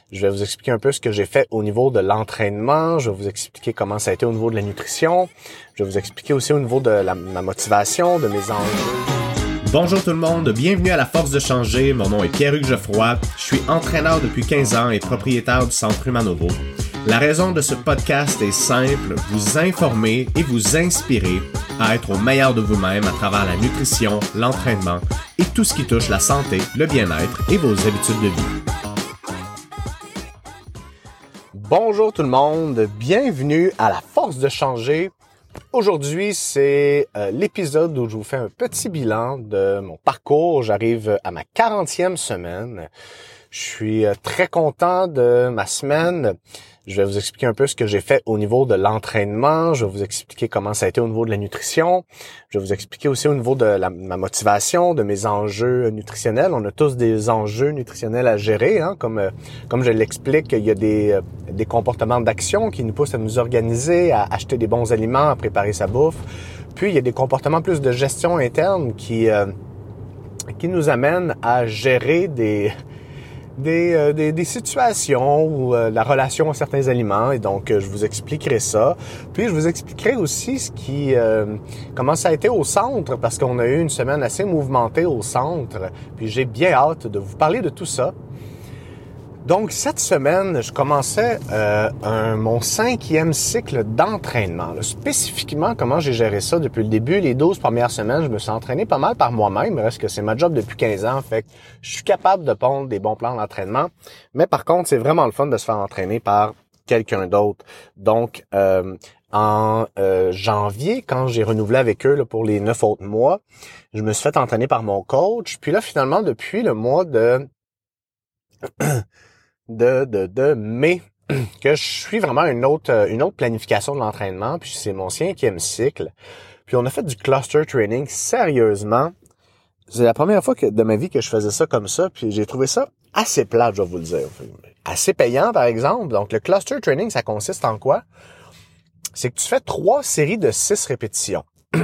Je vais vous expliquer un peu ce que j'ai fait au niveau de l'entraînement. Je vais vous expliquer comment ça a été au niveau de la nutrition. Je vais vous expliquer aussi au niveau de ma motivation, de mes enjeux. Bonjour tout le monde, bienvenue à La Force de Changer. Mon nom est Pierre-Hugues Geoffroy. Je suis entraîneur depuis 15 ans et propriétaire du Centre Humanovo. La raison de ce podcast est simple, vous informer et vous inspirer à être au meilleur de vous-même à travers la nutrition, l'entraînement et tout ce qui touche la santé, le bien-être et vos habitudes de vie. Bonjour tout le monde, bienvenue à La Force de Changer. Aujourd'hui, c'est l'épisode où je vous fais un petit bilan de mon parcours. J'arrive à ma 40e semaine. Je suis très content de ma semaine. Je vais vous expliquer un peu ce que j'ai fait au niveau de l'entraînement. Je vais vous expliquer comment ça a été au niveau de la nutrition. Je vais vous expliquer aussi au niveau de ma motivation, de mes enjeux nutritionnels. On a tous des enjeux nutritionnels à gérer, hein, comme je l'explique, il y a des comportements d'action qui nous poussent à nous organiser, à acheter des bons aliments, à préparer sa bouffe. Puis, il y a des comportements plus de gestion interne qui nous amènent à gérer des situations ou la relation à certains aliments, et donc je vous expliquerai ça. Puis je vous expliquerai aussi comment ça a été au centre, parce qu'on a eu une semaine assez mouvementée au centre, puis j'ai bien hâte de vous parler de tout ça. Donc cette semaine, je commençais mon 5e cycle d'entraînement. Là, spécifiquement, comment j'ai géré ça depuis le début, les 12 premières semaines, je me suis entraîné pas mal par moi-même, parce que c'est ma job depuis 15 ans, fait que je suis capable de pondre des bons plans d'entraînement. Mais par contre, c'est vraiment le fun de se faire entraîner par quelqu'un d'autre. Donc, en janvier, quand j'ai renouvelé avec eux là, pour les 9 autres mois, je me suis fait entraîner par mon coach. Puis là, finalement, depuis le mois de mai, que je suis vraiment une autre planification de l'entraînement, puis c'est mon 5e cycle. Puis on a fait du cluster training sérieusement. C'est la première fois de ma vie que je faisais ça comme ça, puis j'ai trouvé ça assez plate, je vais vous le dire. Assez payant, par exemple. Donc le cluster training, ça consiste en quoi? C'est que tu fais 3 séries de 6 répétitions.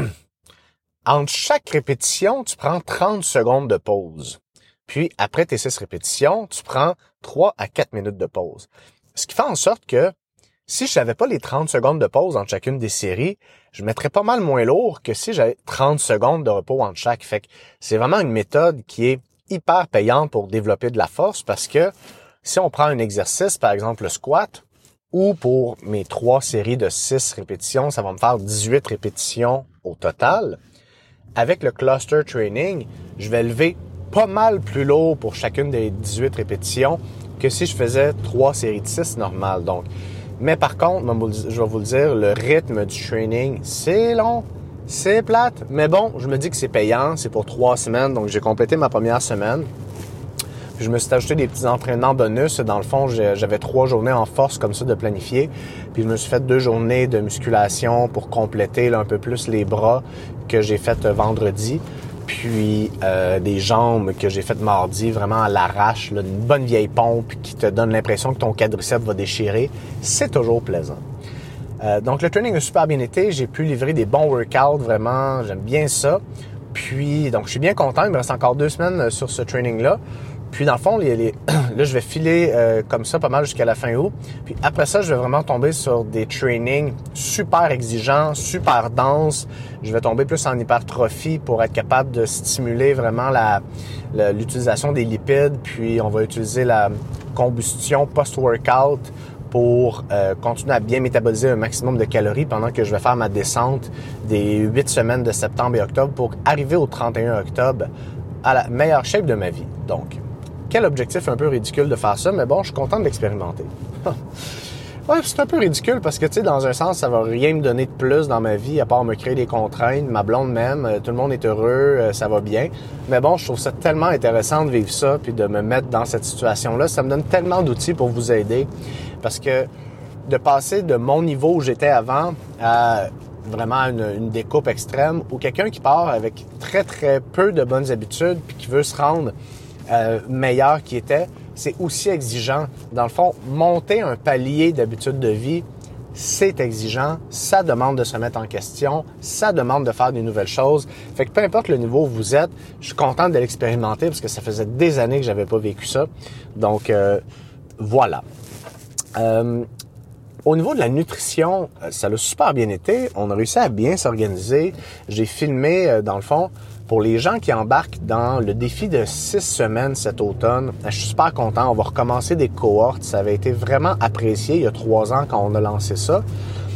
Entre chaque répétition, tu prends 30 secondes de pause. Puis, après tes 6 répétitions, tu prends 3 à 4 minutes de pause. Ce qui fait en sorte que si je n'avais pas les 30 secondes de pause entre chacune des séries, je mettrais pas mal moins lourd que si j'avais 30 secondes de repos entre chaque. Fait que c'est vraiment une méthode qui est hyper payante pour développer de la force, parce que si on prend un exercice, par exemple le squat, ou pour mes 3 séries de 6 répétitions, ça va me faire 18 répétitions au total. Avec le cluster training, je vais lever pas mal plus lourd pour chacune des 18 répétitions que si je faisais 3 séries de 6 normales. Donc, mais par contre, je vais vous le dire, le rythme du training, c'est long, c'est plate, mais bon, je me dis que c'est payant, c'est pour 3 semaines, donc j'ai complété ma première semaine. Puis je me suis ajouté des petits entraînements bonus. Dans le fond, j'avais 3 journées en force comme ça de planifier. Puis je me suis fait 2 journées de musculation pour compléter là, un peu plus les bras que j'ai fait vendredi. Puis des jambes que j'ai faites mardi, vraiment à l'arrache, là, une bonne vieille pompe qui te donne l'impression que ton quadriceps va déchirer. C'est toujours plaisant. Donc le training a super bien été. J'ai pu livrer des bons workouts, vraiment, j'aime bien ça. Puis, donc je suis bien content. Il me reste encore 2 semaines sur ce training-là. Puis dans le fond, là, je vais filer comme ça pas mal jusqu'à la fin août. Puis après ça, je vais vraiment tomber sur des trainings super exigeants, super denses. Je vais tomber plus en hypertrophie pour être capable de stimuler vraiment l'utilisation des lipides. Puis on va utiliser la combustion post-workout pour continuer à bien métaboliser un maximum de calories pendant que je vais faire ma descente des 8 semaines de septembre et octobre pour arriver au 31 octobre à la meilleure shape de ma vie. Donc, quel objectif un peu ridicule de faire ça, mais bon, je suis content de l'expérimenter. Ouais, c'est un peu ridicule parce que, tu sais, dans un sens, ça va rien me donner de plus dans ma vie à part me créer des contraintes. Ma blonde m'aime, tout le monde est heureux, ça va bien. Mais bon, je trouve ça tellement intéressant de vivre ça puis de me mettre dans cette situation-là. Ça me donne tellement d'outils pour vous aider parce que de passer de mon niveau où j'étais avant à vraiment une découpe extrême ou quelqu'un qui part avec très, très peu de bonnes habitudes puis qui veut se rendre meilleur qu'il était, c'est aussi exigeant. Dans le fond, monter un palier d'habitudes de vie, c'est exigeant, ça demande de se mettre en question, ça demande de faire des nouvelles choses. Fait que peu importe le niveau où vous êtes, je suis content de l'expérimenter parce que ça faisait des années que j'avais pas vécu ça. Donc, voilà. Au niveau de la nutrition, ça l'a super bien été. On a réussi à bien s'organiser. J'ai filmé, dans le fond, pour les gens qui embarquent dans le défi de 6 semaines cet automne. Je suis super content. On va recommencer des cohortes. Ça avait été vraiment apprécié il y a 3 ans quand on a lancé ça.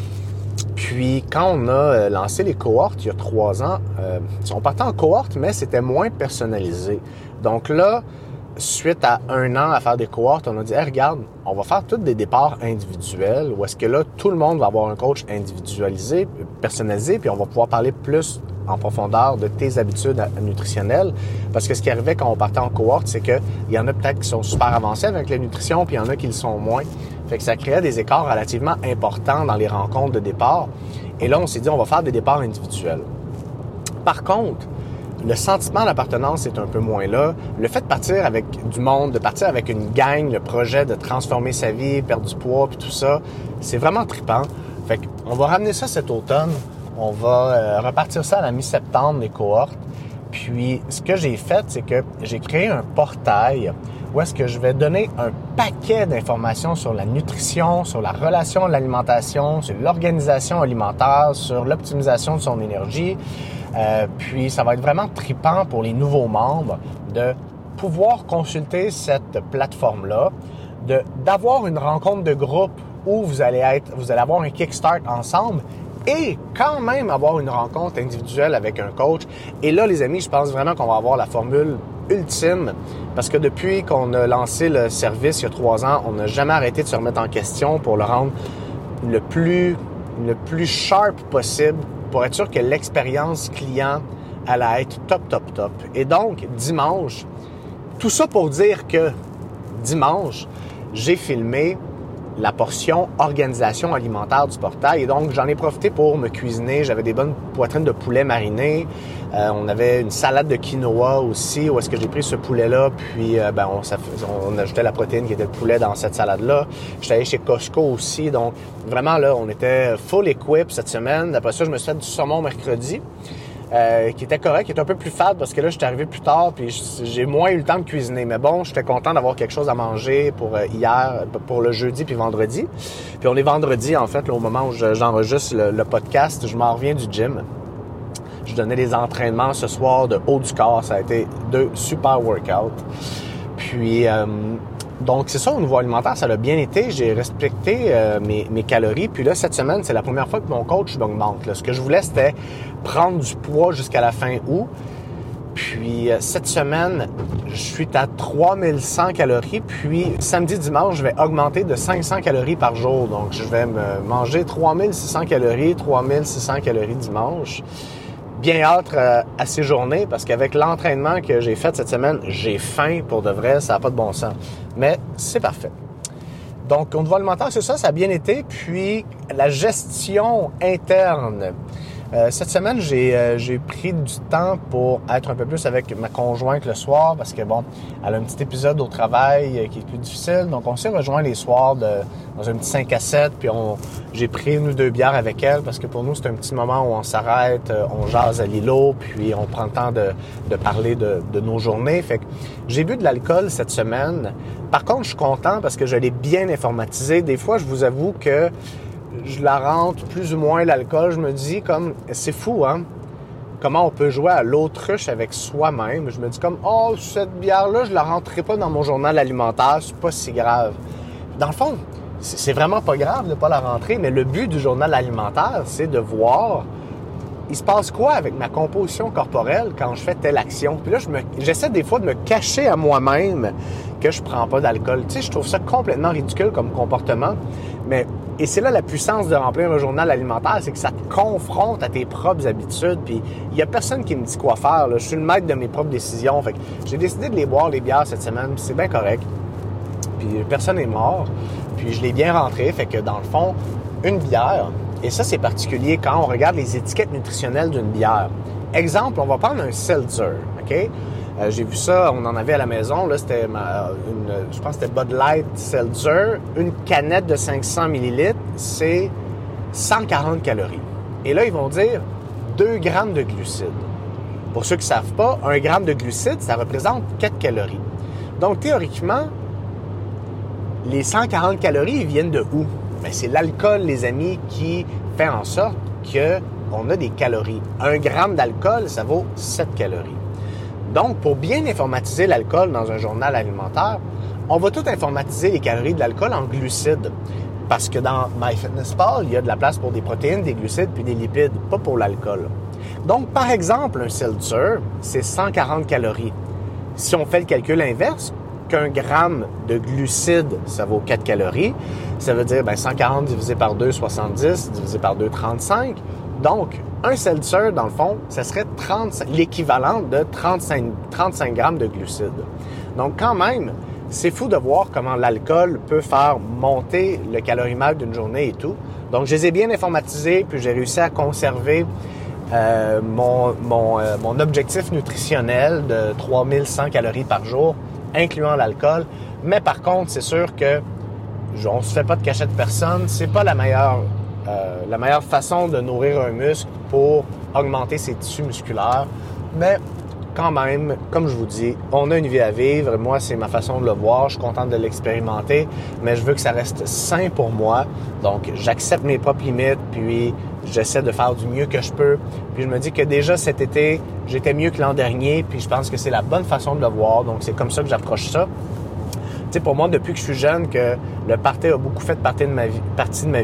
Puis, quand on a lancé les cohortes il y a 3 ans, on partait en cohorte, mais c'était moins personnalisé. Donc là, suite à 1 an à faire des cohortes, on a dit hey, regarde, on va faire tous des départs individuels où est-ce que là, tout le monde va avoir un coach individualisé, personnalisé, puis on va pouvoir parler plus en profondeur de tes habitudes nutritionnelles. Parce que ce qui arrivait quand on partait en cohorte, c'est qu'il y en a peut-être qui sont super avancés avec la nutrition, puis il y en a qui le sont moins. Fait que ça créait des écarts relativement importants dans les rencontres de départ. Et là, on s'est dit, on va faire des départs individuels. Par contre, le sentiment d'appartenance est un peu moins là. Le fait de partir avec du monde, de partir avec une gang, le projet de transformer sa vie, perdre du poids, puis tout ça, c'est vraiment trippant. Fait qu'on va ramener ça cet automne. On va repartir ça à la mi-septembre, les cohortes. Puis, ce que j'ai fait, c'est que j'ai créé un portail où est-ce que je vais donner un paquet d'informations sur la nutrition, sur la relation à l'alimentation, sur l'organisation alimentaire, sur l'optimisation de son énergie. Puis, ça va être vraiment trippant pour les nouveaux membres de pouvoir consulter cette plateforme-là, d'avoir une rencontre de groupe où vous allez avoir un kickstart ensemble et quand même avoir une rencontre individuelle avec un coach. Et là, les amis, je pense vraiment qu'on va avoir la formule ultime parce que depuis qu'on a lancé le service il y a 3 ans, on n'a jamais arrêté de se remettre en question pour le rendre le plus sharp possible pour être sûr que l'expérience client allait être top. Et donc, dimanche, tout ça pour dire que dimanche, j'ai filmé la portion organisation alimentaire du portail. Et donc, j'en ai profité pour me cuisiner. J'avais des bonnes poitrines de poulet marinées. On avait une salade de quinoa aussi, où est-ce que j'ai pris ce poulet-là, puis on ajoutait la protéine qui était le poulet dans cette salade-là. J'étais allé chez Costco aussi. Donc, vraiment, là, on était full equip cette semaine. Après ça, je me suis fait du saumon mercredi. Qui était correct, qui était un peu plus fade parce que là, j'étais arrivé plus tard puis j'ai moins eu le temps de cuisiner. Mais bon, j'étais content d'avoir quelque chose à manger pour hier, pour le jeudi puis vendredi. Puis on est vendredi, en fait, là, au moment où j'enregistre le podcast, je m'en reviens du gym. Je donnais des entraînements ce soir de haut du corps. Ça a été 2 super workouts. Puis, donc, c'est ça, au niveau alimentaire, ça a bien été. J'ai respecté mes calories. Puis là, cette semaine, c'est la première fois que mon coach m'augmente. Ce que je voulais, c'était prendre du poids jusqu'à la fin août. Puis cette semaine, je suis à 3100 calories. Puis samedi, dimanche, je vais augmenter de 500 calories par jour. Donc, je vais me manger 3600 calories dimanche. Bien hâte à ces journées parce qu'avec l'entraînement que j'ai fait cette semaine, j'ai faim pour de vrai, ça n'a pas de bon sens. Mais c'est parfait. Donc, au niveau alimentaire, c'est ça, ça a bien été. Puis, la gestion interne. Cette semaine, j'ai pris du temps pour être un peu plus avec ma conjointe le soir parce que, bon, elle a un petit épisode au travail qui est plus difficile. Donc, on s'est rejoint les soirs dans un petit 5 à 7. Puis, j'ai pris 1 ou 2 bières avec elle parce que pour nous, c'est un petit moment où on s'arrête, on jase à l'îlot, puis on prend le temps de parler de nos journées. Fait que j'ai bu de l'alcool cette semaine. Par contre, je suis content parce que je l'ai bien informatisé. Des fois, je vous avoue que je la rentre plus ou moins l'alcool. Je me dis comme, c'est fou, hein? Comment on peut jouer à l'autruche avec soi-même. Je me dis comme, oh, cette bière-là, je la rentrerai pas dans mon journal alimentaire, c'est pas si grave. Dans le fond, c'est vraiment pas grave de pas la rentrer, mais le but du journal alimentaire, c'est de voir, il se passe quoi avec ma composition corporelle quand je fais telle action. Puis là, j'essaie des fois de me cacher à moi-même que je prends pas d'alcool. Tu sais, je trouve ça complètement ridicule comme comportement, et c'est là la puissance de remplir un journal alimentaire, c'est que ça te confronte à tes propres habitudes, puis il y a personne qui me dit quoi faire, là. Je suis le maître de mes propres décisions, fait que j'ai décidé de les boire, les bières, cette semaine, puis c'est bien correct. Puis personne n'est mort, puis je l'ai bien rentré, fait que dans le fond, une bière, et ça c'est particulier quand on regarde les étiquettes nutritionnelles d'une bière. Exemple, on va prendre un seltzer, OK? J'ai vu ça, on en avait à la maison, là, c'était je pense que c'était Bud Light Seltzer. Une canette de 500 ml, c'est 140 calories. Et là, ils vont dire 2 grammes de glucides. Pour ceux qui ne savent pas, 1 gramme de glucides, ça représente 4 calories. Donc, théoriquement, les 140 calories ils viennent de où? Ben, c'est l'alcool, les amis, qui fait en sorte qu'on a des calories. 1 gramme d'alcool, ça vaut 7 calories. Donc, pour bien informatiser l'alcool dans un journal alimentaire, on va tout informatiser les calories de l'alcool en glucides. Parce que dans MyFitnessPal, il y a de la place pour des protéines, des glucides puis des lipides, pas pour l'alcool. Donc, par exemple, un seltzer, c'est 140 calories. Si on fait le calcul inverse, qu'1 gramme de glucides, ça vaut 4 calories. Ça veut dire 140 divisé par 2, 70, divisé par 2, 35. Donc, un seltzer, dans le fond, ça serait l'équivalent de 35 grammes de glucides. Donc, quand même, c'est fou de voir comment l'alcool peut faire monter le calorimètre d'une journée et tout. Donc, je les ai bien informatisés, puis j'ai réussi à conserver mon objectif nutritionnel de 3100 calories par jour, incluant l'alcool. Mais par contre, c'est sûr que on se fait pas de cachette personne. C'est pas la meilleure façon de nourrir un muscle pour augmenter ses tissus musculaires. Mais quand même, comme je vous dis, on a une vie à vivre. Moi, c'est ma façon de le voir. Je suis content de l'expérimenter, mais je veux que ça reste sain pour moi. Donc, j'accepte mes propres limites, puis j'essaie de faire du mieux que je peux. Puis je me dis que déjà cet été, j'étais mieux que l'an dernier, puis je pense que c'est la bonne façon de le voir. Donc, c'est comme ça que j'approche ça. Tu sais, pour moi, depuis que je suis jeune, que le party a beaucoup fait partie de ma vie, pas partie de ma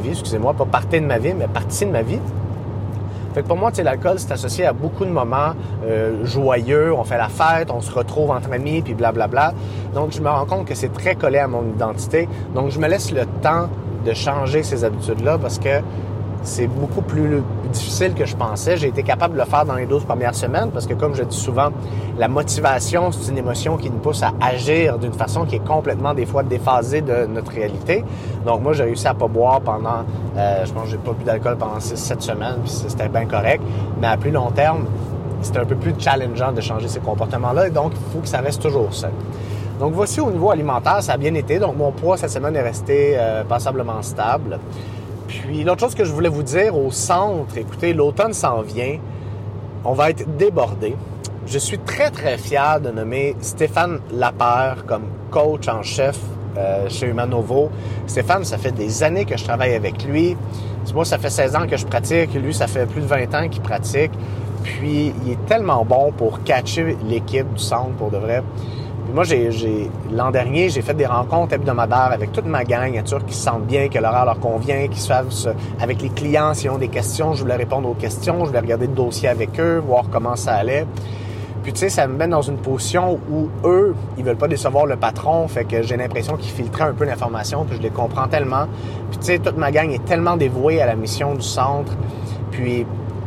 vie. Fait que pour moi, tu sais, l'alcool, c'est associé à beaucoup de moments joyeux. On fait la fête, on se retrouve entre amis, puis blablabla. Donc, je me rends compte que c'est très collé à mon identité. Donc, je me laisse le temps de changer ces habitudes-là parce que c'est beaucoup plus difficile que je pensais. J'ai été capable de le faire dans les 12 premières semaines parce que, comme je dis souvent, la motivation, c'est une émotion qui nous pousse à agir d'une façon qui est complètement, des fois, déphasée de notre réalité. Donc, moi, j'ai réussi à pas boire pendant, je pense que j'ai pas bu d'alcool pendant 6-7 semaines, puis c'était bien correct. Mais à plus long terme, c'était un peu plus challengeant de changer ces comportements-là. Et donc, il faut que ça reste toujours sain. Donc, voici au niveau alimentaire, ça a bien été. Donc, mon poids cette semaine est resté passablement stable. Puis, l'autre chose que je voulais vous dire au centre, écoutez, l'automne s'en vient. On va être débordé. Je suis très, très fier de nommer Stéphane Lapère comme coach en chef chez Humanovo. Stéphane, ça fait des années que je travaille avec lui. Moi, ça fait 16 ans que je pratique. Lui, ça fait plus de 20 ans qu'il pratique. Puis, il est tellement bon pour catcher l'équipe du centre, pour de vrai. Puis moi, l'an dernier, j'ai fait des rencontres hebdomadaires avec toute ma gang, être sûr qu'ils se sentent bien, que l'horaire leur convient, qu'ils savent avec les clients, s'ils ont des questions, je voulais répondre aux questions, je voulais regarder le dossier avec eux, voir comment ça allait. Puis tu sais, ça me met dans une position où eux, ils veulent pas décevoir le patron, fait que j'ai l'impression qu'ils filtraient un peu l'information, puis je les comprends tellement. Puis tu sais, toute ma gang est tellement dévouée à la mission du centre. Puis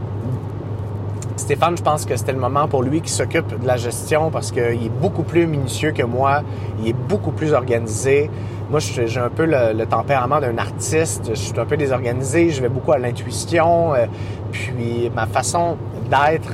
Stéphane, je pense que c'était le moment pour lui qui s'occupe de la gestion parce qu'il est beaucoup plus minutieux que moi, il est beaucoup plus organisé. Moi, j'ai un peu le tempérament d'un artiste, je suis un peu désorganisé, je vais beaucoup à l'intuition, puis ma façon d'être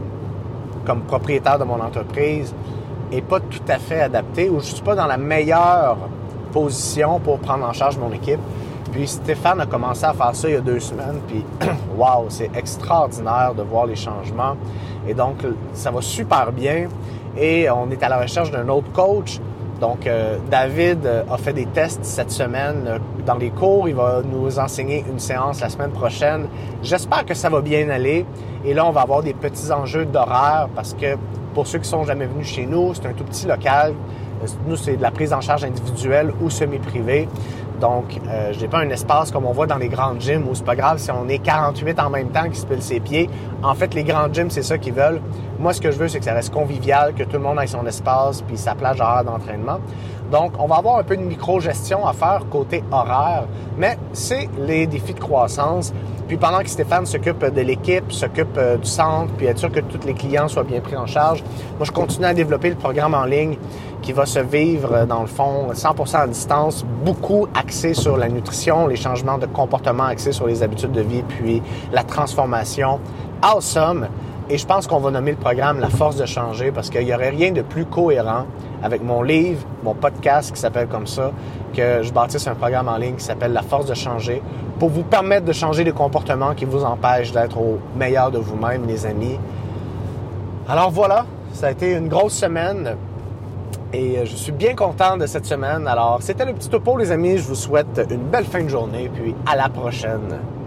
comme propriétaire de mon entreprise est pas tout à fait adaptée ou je suis pas dans la meilleure position pour prendre en charge mon équipe. Puis Stéphane a commencé à faire ça il y a 2 semaines, puis wow, c'est extraordinaire de voir les changements. Et donc, ça va super bien. Et on est à la recherche d'un autre coach. Donc, David a fait des tests cette semaine dans les cours. Il va nous enseigner une séance la semaine prochaine. J'espère que ça va bien aller. Et là, on va avoir des petits enjeux d'horaire parce que pour ceux qui sont jamais venus chez nous, c'est un tout petit local. Nous, c'est de la prise en charge individuelle ou semi-privée. Donc, j'ai pas un espace comme on voit dans les grandes gyms où c'est pas grave si on est 48 en même temps qui se pile ses pieds. En fait, les grandes gyms, c'est ça qu'ils veulent. Moi, ce que je veux, c'est que ça reste convivial, que tout le monde ait son espace puis sa plage horaire d'entraînement. Donc, on va avoir un peu de micro-gestion à faire côté horaire, mais c'est les défis de croissance. Puis pendant que Stéphane s'occupe de l'équipe, s'occupe du centre, puis être sûr que tous les clients soient bien pris en charge, moi, je continue à développer le programme en ligne qui va se vivre, dans le fond, 100% à distance, beaucoup axé sur la nutrition, les changements de comportement axés sur les habitudes de vie, puis la transformation. Awesome! Et je pense qu'on va nommer le programme « La force de changer » parce qu'il n'y aurait rien de plus cohérent avec mon livre, mon podcast qui s'appelle comme ça, que je bâtisse un programme en ligne qui s'appelle « La force de changer » pour vous permettre de changer les comportements qui vous empêchent d'être au meilleur de vous-même, les amis. Alors voilà, ça a été une grosse semaine. Et je suis bien content de cette semaine. Alors, c'était le petit topo, les amis. Je vous souhaite une belle fin de journée, puis à la prochaine.